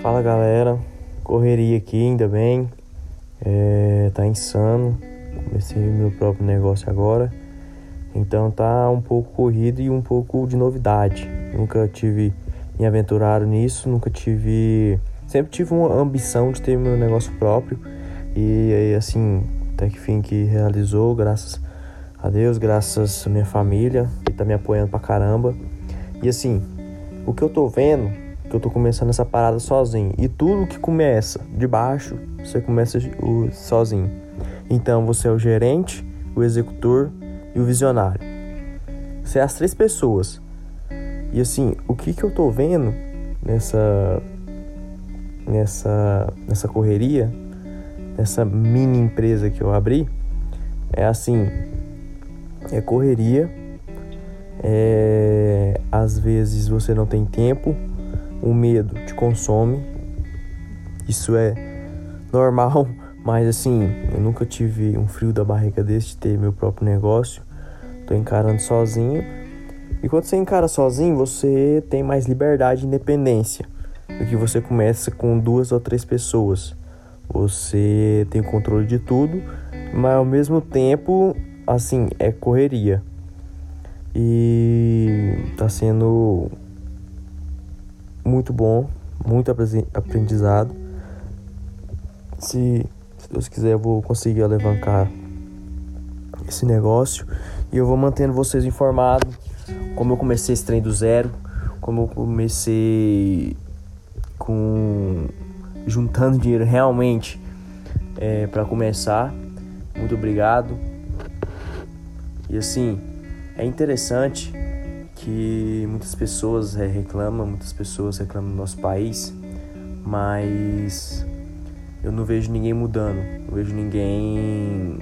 Fala galera, correria aqui ainda bem, tá insano, comecei meu próprio negócio agora, então tá um pouco corrido e um pouco de novidade. Nunca tive me aventurado nisso, sempre tive uma ambição de ter meu negócio próprio e aí assim, até que fim que realizou, graças a Deus, graças à minha família que tá me apoiando pra caramba. E assim, o que eu tô vendo, que eu tô começando essa parada sozinho. E tudo que começa de baixo, você começa sozinho. Então você é o gerente, o executor e o visionário. Você é as 3 pessoas. E assim, o que eu tô vendo nessa correria, nessa mini empresa que eu abri, é assim, é correria, às vezes você não tem tempo, o medo te consome, isso é normal, mas assim, eu nunca tive um frio da barriga desse de ter meu próprio negócio, tô encarando sozinho, e quando você encara sozinho, você tem mais liberdade e independência, do que você começa com 2 ou 3 pessoas, você tem o controle de tudo, mas ao mesmo tempo, assim, é correria, e tá sendo muito bom, muito aprendizado. Se Deus quiser, eu vou conseguir alavancar esse negócio e eu vou mantendo vocês informados como eu comecei esse trem do zero, como eu comecei juntando dinheiro realmente para começar. Muito obrigado. E assim, é interessante que muitas pessoas reclamam do nosso país, mas eu não vejo ninguém mudando, não vejo ninguém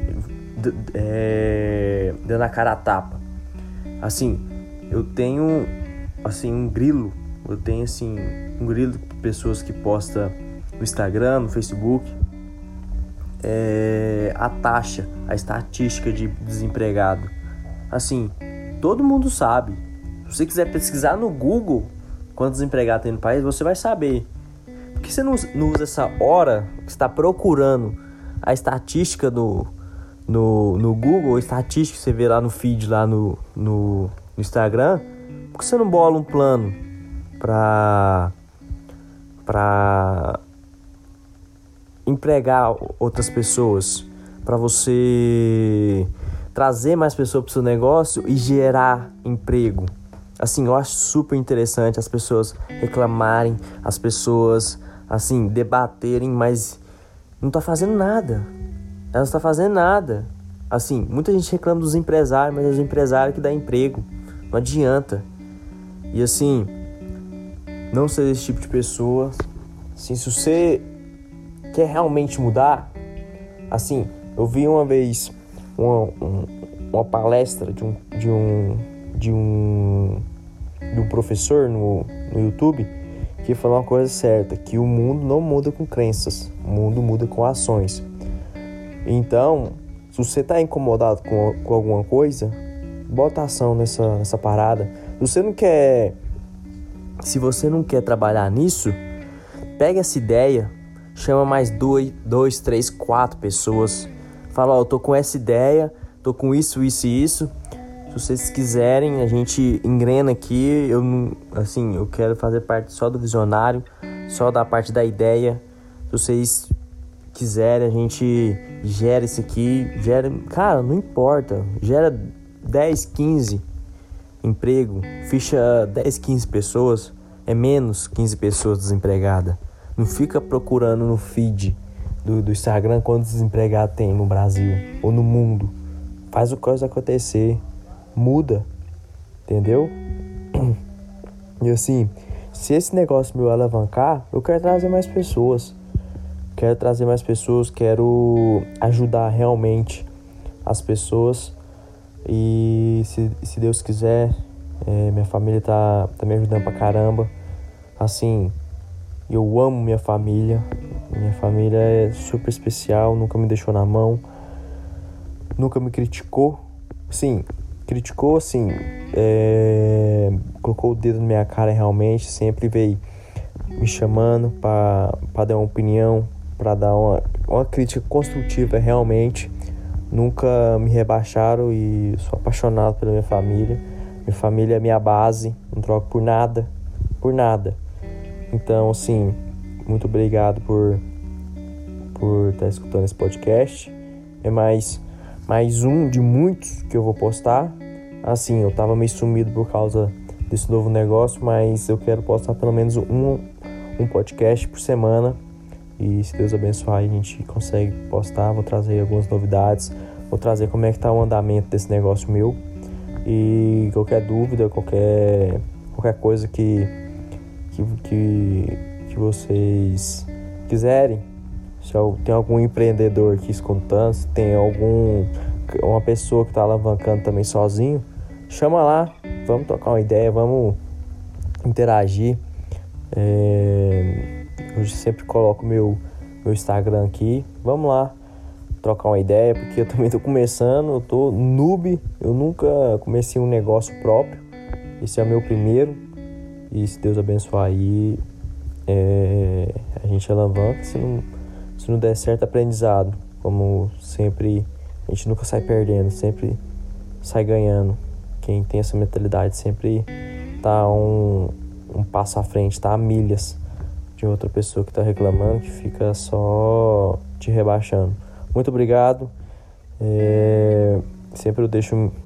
dando a cara a tapa. Assim, eu tenho um grilo de pessoas que postam no Instagram, no Facebook, a estatística de desempregado. Assim, todo mundo sabe. Se você quiser pesquisar no Google quantos empregados tem no país, você vai saber. Por que você não usa essa hora que você está procurando a estatística no Google, a estatística que você vê lá no feed, lá no Instagram? Por que você não bola um plano para empregar outras pessoas? Para você trazer mais pessoas para o seu negócio e gerar emprego. Assim, eu acho super interessante as pessoas reclamarem, as pessoas, assim, debaterem, mas não tá fazendo nada. Elas não estão fazendo nada. Assim, muita gente reclama dos empresários, mas é os empresários que dão emprego. Não adianta. E assim, não ser esse tipo de pessoa. Assim, se você quer realmente mudar, assim, eu vi uma vez uma palestra de um professor no YouTube que falou uma coisa certa, que o mundo não muda com crenças, o mundo muda com ações. Então, se você está incomodado com alguma coisa, bota ação nessa parada. Se você não quer trabalhar nisso, pega essa ideia, chama mais 2, 3, 4 pessoas, fala, eu tô com essa ideia, tô com isso e isso. Se vocês quiserem, a gente engrena aqui. Eu quero fazer parte só do visionário, só da parte da ideia. Se vocês quiserem, a gente gera isso aqui. Cara, não importa. Gera 10, 15 emprego. Ficha 10, 15 pessoas. É menos 15 pessoas desempregadas. Não fica procurando no feed do Instagram quantos desempregados tem no Brasil ou no mundo. Faz o coisa acontecer. Muda, entendeu? E assim, se esse negócio meu alavancar, eu quero trazer mais pessoas. Quero ajudar realmente as pessoas. E se Deus quiser, minha família tá me ajudando pra caramba. Assim, eu amo minha família. Minha família é super especial, nunca me deixou na mão, nunca me criticou. Sim, criticou, assim, colocou o dedo na minha cara realmente, sempre veio me chamando para dar uma opinião, para dar uma crítica construtiva realmente. Nunca me rebaixaram e sou apaixonado pela minha família. Minha família é minha base, não troco por nada, por nada. Então, assim, muito obrigado por estar escutando esse podcast. É mais um de muitos que eu vou postar. Assim, eu tava meio sumido por causa desse novo negócio, mas eu quero postar pelo menos um podcast por semana. E se Deus abençoar, a gente consegue postar. Vou trazer algumas novidades, vou trazer como é que tá o andamento desse negócio meu. E qualquer dúvida, qualquer coisa que vocês quiserem, se tem algum empreendedor aqui escutando, se tem uma pessoa que está alavancando também sozinho, chama lá, vamos trocar uma ideia, vamos interagir. Eu sempre coloco meu Instagram aqui, vamos lá trocar uma ideia, porque eu também tô começando, eu tô noob, eu nunca comecei um negócio próprio, esse é o meu primeiro, e se Deus abençoar aí, a gente alavanca. Se não der certo, aprendizado, como sempre, a gente nunca sai perdendo, sempre sai ganhando. Quem tem essa mentalidade sempre tá um passo à frente, tá a milhas de outra pessoa que tá reclamando, que fica só te rebaixando. Muito obrigado. Sempre eu deixo